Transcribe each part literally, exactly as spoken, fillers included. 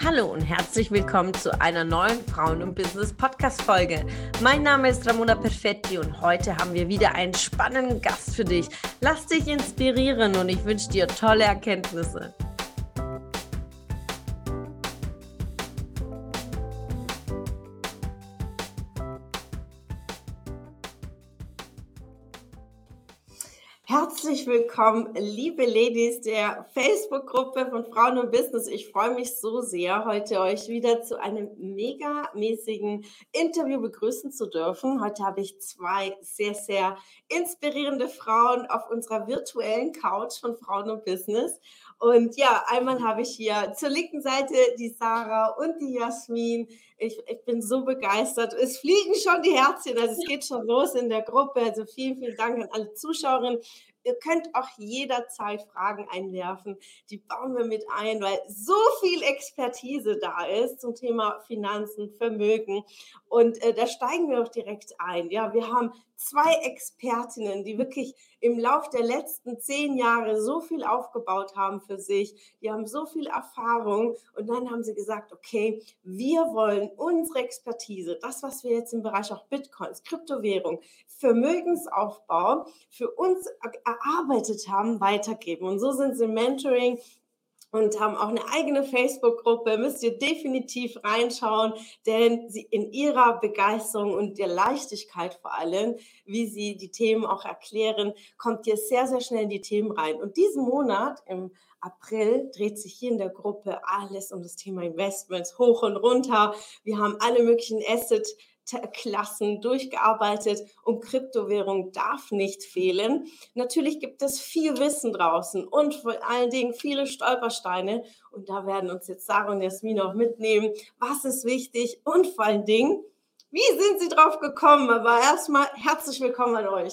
Hallo und herzlich willkommen zu einer neuen Frauen- und Business-Podcast-Folge. Mein Name ist Ramona Perfetti und heute haben wir wieder einen spannenden Gast für dich. Lass dich inspirieren und ich wünsche dir tolle Erkenntnisse. Herzlich willkommen, liebe Ladies der Facebook-Gruppe von Frauen und Business. Ich freue mich so sehr, heute euch wieder zu einem megamäßigen Interview begrüßen zu dürfen. Heute habe ich zwei sehr, sehr inspirierende Frauen auf unserer virtuellen Couch von Frauen und Business. Und ja, einmal habe ich hier zur linken Seite die Sarah und die Jasmin. Ich, ich bin so begeistert. Es fliegen schon die Herzchen, also es geht schon los in der Gruppe. Also vielen, vielen Dank an alle Zuschauerinnen. Ihr könnt auch jederzeit Fragen einwerfen. Die bauen wir mit ein, weil so viel Expertise da ist zum Thema Finanzen, Vermögen. Und äh, da steigen wir auch direkt ein. Ja, wir haben zwei Expertinnen, die wirklich im Lauf der letzten zehn Jahre so viel aufgebaut haben für sich. Die haben so viel Erfahrung. Und dann haben sie gesagt, okay, wir wollen unsere Expertise, das, was wir jetzt im Bereich auch Bitcoins, Kryptowährung, Vermögensaufbau für uns erarbeitet haben, weitergeben. Und so sind sie im Mentoring und haben auch eine eigene Facebook-Gruppe. Müsst ihr definitiv reinschauen, denn sie in ihrer Begeisterung und der Leichtigkeit vor allem, wie sie die Themen auch erklären, kommt ihr sehr, sehr schnell in die Themen rein. Und diesen Monat, im April, dreht sich hier in der Gruppe alles um das Thema Investments, hoch und runter. Wir haben alle möglichen Assets, Klassen durchgearbeitet und Kryptowährung darf nicht fehlen. Natürlich gibt es viel Wissen draußen und vor allen Dingen viele Stolpersteine und da werden uns jetzt Sarah und Jasmin auch mitnehmen. Was ist wichtig und vor allen Dingen, wie sind sie drauf gekommen? Aber erstmal herzlich willkommen an euch.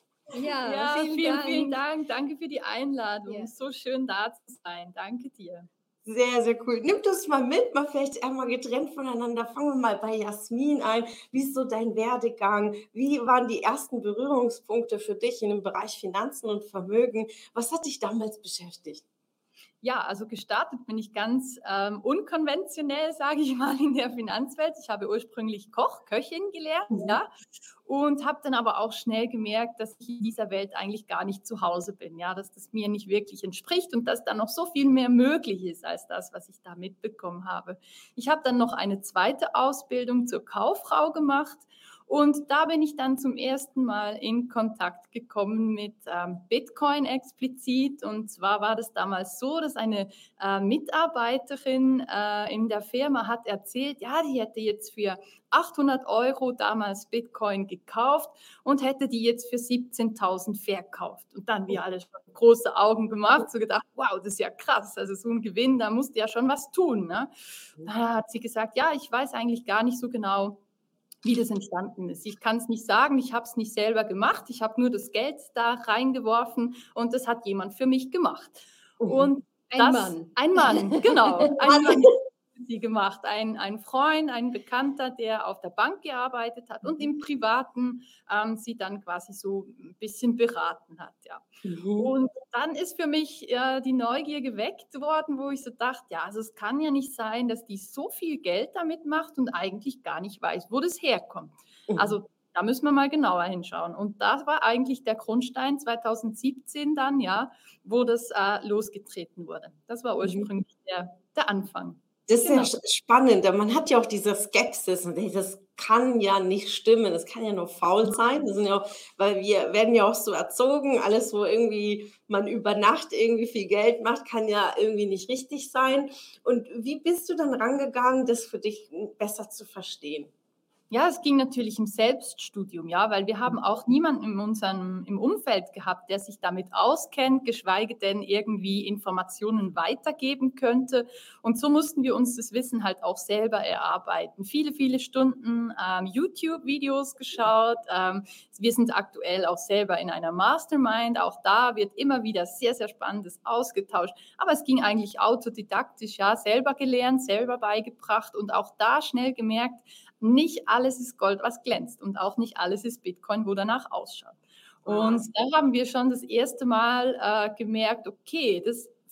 Ja, ja vielen, vielen Dank. vielen Dank. Danke für die Einladung. Ja. So schön da zu sein. Danke dir. Sehr, sehr cool. Nimm das mal mit, mal vielleicht einmal getrennt voneinander. Fangen wir mal bei Jasmin ein. Wie ist so dein Werdegang? Wie waren die ersten Berührungspunkte für dich in dem Bereich Finanzen und Vermögen? Was hat dich damals beschäftigt? Ja, also gestartet bin ich ganz ähm, unkonventionell, sage ich mal, in der Finanzwelt. Ich habe ursprünglich Koch, Köchin gelernt, mhm. ja, und habe dann aber auch schnell gemerkt, dass ich in dieser Welt eigentlich gar nicht zu Hause bin, ja, dass das mir nicht wirklich entspricht und dass da noch so viel mehr möglich ist als das, was ich da mitbekommen habe. Ich habe dann noch eine zweite Ausbildung zur Kauffrau gemacht. Und da bin ich dann zum ersten Mal in Kontakt gekommen mit ähm, Bitcoin explizit. Und zwar war das damals so, dass eine äh, Mitarbeiterin äh, in der Firma hat erzählt, ja, die hätte jetzt für achthundert Euro damals Bitcoin gekauft und hätte die jetzt für siebzehntausend verkauft. Und dann wir alle schon große Augen gemacht, so gedacht, wow, das ist ja krass, also so ein Gewinn, da musst du ja schon was tun. Ne? Da hat sie gesagt, ja, ich weiß eigentlich gar nicht so genau, wie das entstanden ist. Ich kann es nicht sagen, ich habe es nicht selber gemacht, ich habe nur das Geld da reingeworfen und das hat jemand für mich gemacht. Und ein das, Mann. Ein Mann, genau. Ein Mann hat sie gemacht, ein, ein Freund, ein Bekannter, der auf der Bank gearbeitet hat und im Privaten ähm, sie dann quasi so ein bisschen beraten hat. Ja. Mhm. Und dann ist für mich äh, die Neugier geweckt worden, wo ich so dachte, ja, also es kann ja nicht sein, dass die so viel Geld damit macht und eigentlich gar nicht weiß, wo das herkommt. Mhm. Also da müssen wir mal genauer hinschauen. Und das war eigentlich der Grundstein zweitausendsiebzehn dann, ja, wo das äh, losgetreten wurde. Das war ursprünglich mhm. der, der Anfang. Das ist genau. ja spannend. Man hat ja auch diese Skepsis und das kann ja nicht stimmen. Das kann ja nur faul sein. Das sind ja auch, weil wir werden ja auch so erzogen. Alles, wo irgendwie man über Nacht irgendwie viel Geld macht, kann ja irgendwie nicht richtig sein. Und wie bist du dann rangegangen, das für dich besser zu verstehen? Ja, es ging natürlich im Selbststudium, ja, weil wir haben auch niemanden in unserem im Umfeld gehabt, der sich damit auskennt, geschweige denn irgendwie Informationen weitergeben könnte. Und so mussten wir uns das Wissen halt auch selber erarbeiten. Viele, viele Stunden ähm, YouTube-Videos geschaut. Ähm, wir sind aktuell auch selber in einer Mastermind. Auch da wird immer wieder sehr, sehr Spannendes ausgetauscht. Aber es ging eigentlich autodidaktisch, ja, selber gelernt, selber beigebracht und auch da schnell gemerkt, nicht alles ist Gold, was glänzt und auch nicht alles ist Bitcoin, wo danach ausschaut. Und da haben wir schon das erste Mal äh, gemerkt, okay, das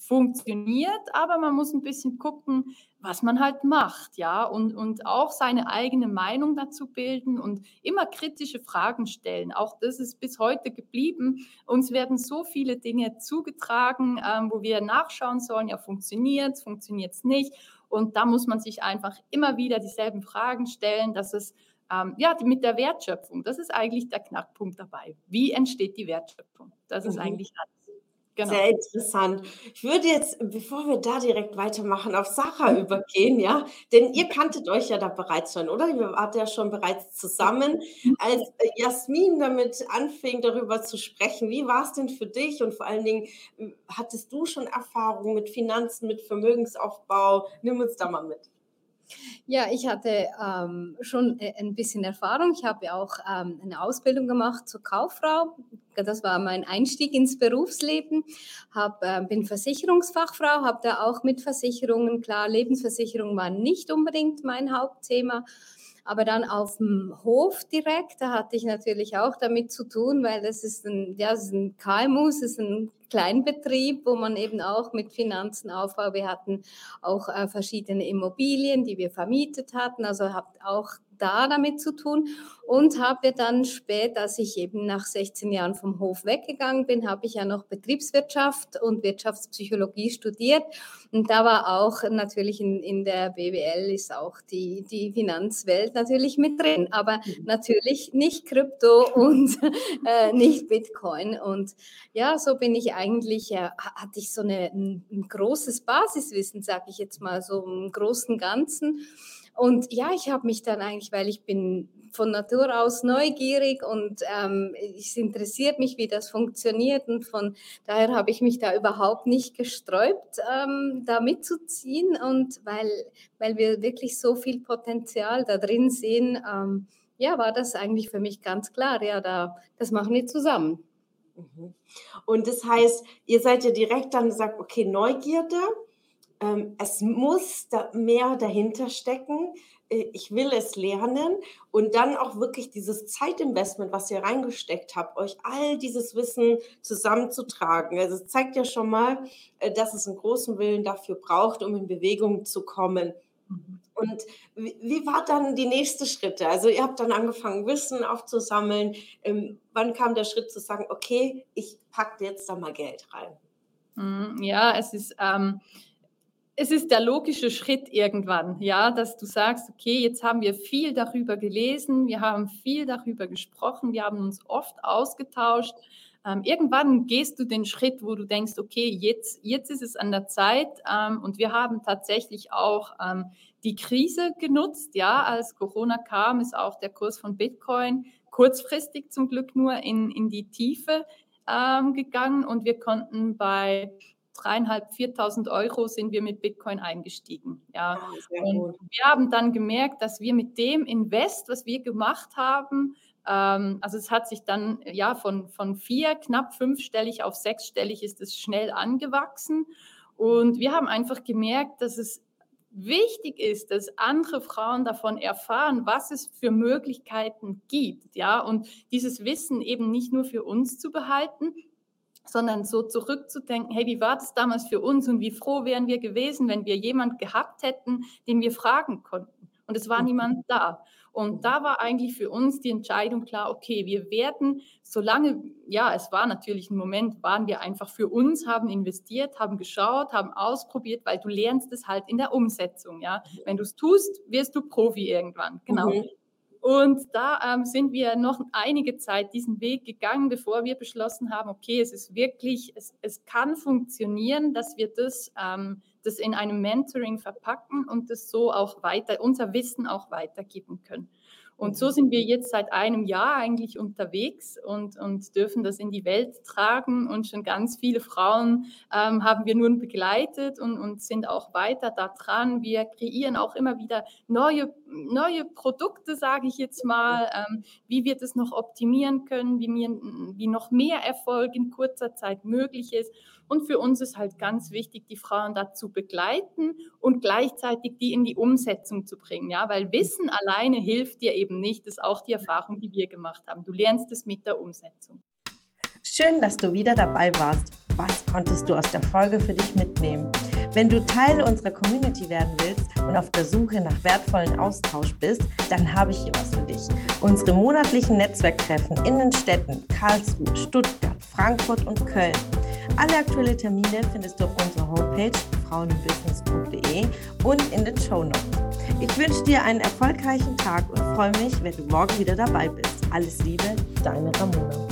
funktioniert, aber man muss ein bisschen gucken, was man halt macht, ja, und, und auch seine eigene Meinung dazu bilden und immer kritische Fragen stellen. Auch das ist bis heute geblieben. Uns werden so viele Dinge zugetragen, ähm, wo wir nachschauen sollen, ja, funktioniert es, funktioniert es nicht. Und da muss man sich einfach immer wieder dieselben Fragen stellen, dass es, ähm, ja, mit der Wertschöpfung, das ist eigentlich der Knackpunkt dabei. Wie entsteht die Wertschöpfung? Das ist Mhm. eigentlich alles. Genau. Sehr interessant. Ich würde jetzt, bevor wir da direkt weitermachen, auf Sarah übergehen, ja? Denn ihr kanntet euch ja da bereits schon, oder? Ihr wart ja schon bereits zusammen. Als äh, Jasmin damit anfing, darüber zu sprechen, wie war es denn für dich? Und vor allen Dingen, äh, hattest du schon Erfahrung mit Finanzen, mit Vermögensaufbau? Nimm uns da mal mit. Ja, ich hatte ähm, schon äh, ein bisschen Erfahrung. Ich habe auch ähm, eine Ausbildung gemacht zur Kauffrau. Das war mein Einstieg ins Berufsleben. Hab, äh, bin Versicherungsfachfrau, habe da auch mit Versicherungen, klar, Lebensversicherungen waren nicht unbedingt mein Hauptthema. Aber dann auf dem Hof direkt, da hatte ich natürlich auch damit zu tun, weil das ist ein, ja, das ist ein K M U, es ist ein Kleinbetrieb, wo man eben auch mit Finanzen aufbaut. Wir hatten auch äh, verschiedene Immobilien, die wir vermietet hatten, also habe auch da damit zu tun und habe dann später, als ich eben nach sechzehn Jahren vom Hof weggegangen bin, habe ich ja noch Betriebswirtschaft und Wirtschaftspsychologie studiert und da war auch natürlich in, in der B W L ist auch die, die Finanzwelt natürlich mit drin, aber natürlich nicht Krypto und äh, nicht Bitcoin und ja, so bin ich eigentlich, äh, hatte ich so eine, ein, ein großes Basiswissen, sage ich jetzt mal, so im Großen und Ganzen. Und ja, ich habe mich dann eigentlich, weil ich bin von Natur aus neugierig und ähm, es interessiert mich, wie das funktioniert und von daher habe ich mich da überhaupt nicht gesträubt, ähm, da mitzuziehen und weil, weil wir wirklich so viel Potenzial da drin sehen, ähm, ja, war das eigentlich für mich ganz klar, ja, da, das machen wir zusammen. Mhm. Und das heißt, ihr seid ja direkt dann gesagt, okay, Neugierde, ähm, es muss da mehr dahinter stecken. Äh, ich will es lernen und dann auch wirklich dieses Zeitinvestment, was ihr reingesteckt habt, euch all dieses Wissen zusammenzutragen. Also es zeigt ja schon mal, äh, dass es einen großen Willen dafür braucht, um in Bewegung zu kommen. Und wie, wie war dann die nächste Schritte? Also ihr habt dann angefangen, Wissen aufzusammeln. Ähm, wann kam der Schritt zu sagen, okay, ich packe jetzt da mal Geld rein? Ja, es ist, ähm, es ist der logische Schritt irgendwann, ja, dass du sagst, okay, jetzt haben wir viel darüber gelesen, wir haben viel darüber gesprochen, wir haben uns oft ausgetauscht. Ähm, irgendwann gehst du den Schritt, wo du denkst, okay, jetzt, jetzt ist es an der Zeit ähm, und wir haben tatsächlich auch ähm, die Krise genutzt, ja, als Corona kam, ist auch der Kurs von Bitcoin kurzfristig zum Glück nur in, in die Tiefe ähm, gegangen und wir konnten bei dreieinhalb, viertausend Euro sind wir mit Bitcoin eingestiegen. Ja. Ah, sehr Und gut. wir haben dann gemerkt, dass wir mit dem Invest, was wir gemacht haben, ähm, also es hat sich dann ja von, von vier, knapp fünfstellig auf sechsstellig ist es schnell angewachsen. Und wir haben einfach gemerkt, dass es wichtig ist, dass andere Frauen davon erfahren, was es für Möglichkeiten gibt, ja, und dieses Wissen eben nicht nur für uns zu behalten, sondern so zurückzudenken, hey, wie war das damals für uns und wie froh wären wir gewesen, wenn wir jemanden gehabt hätten, den wir fragen konnten. Und es war niemand da. Und da war eigentlich für uns die Entscheidung klar, okay, wir werden, solange, ja, es war natürlich ein Moment, waren wir einfach für uns, haben investiert, haben geschaut, haben ausprobiert, weil du lernst es halt in der Umsetzung, ja. Wenn du es tust, wirst du Profi irgendwann, genau. Mhm. Und da ähm, sind wir noch einige Zeit diesen Weg gegangen, bevor wir beschlossen haben, okay, es ist wirklich, es, es kann funktionieren, dass wir das, ähm, das in einem Mentoring verpacken und das so auch weiter, unser Wissen auch weitergeben können. Und so sind wir jetzt seit einem Jahr eigentlich unterwegs und, und dürfen das in die Welt tragen. Und schon ganz viele Frauen ähm, haben wir nun begleitet und, und sind auch weiter da dran. Wir kreieren auch immer wieder neue, neue Produkte, sage ich jetzt mal, ähm, wie wir das noch optimieren können, wie, mir, wie noch mehr Erfolg in kurzer Zeit möglich ist. Und für uns ist halt ganz wichtig, die Frauen dazu begleiten und gleichzeitig die in die Umsetzung zu bringen. Ja? Weil Wissen alleine hilft dir eben nicht. Das ist auch die Erfahrung, die wir gemacht haben. Du lernst es mit der Umsetzung. Schön, dass du wieder dabei warst. was konntest du aus der Folge für dich mitnehmen? Wenn du Teil unserer Community werden willst und auf der Suche nach wertvollen Austausch bist, dann habe ich hier was für dich. Unsere monatlichen Netzwerktreffen in den Städten Karlsruhe, Stuttgart, Frankfurt und Köln. Alle aktuellen Termine findest du auf unserer Homepage frauenbusiness punkt de und in den Shownotes. Ich wünsche dir einen erfolgreichen Tag und freue mich, wenn du morgen wieder dabei bist. Alles Liebe, deine Ramona.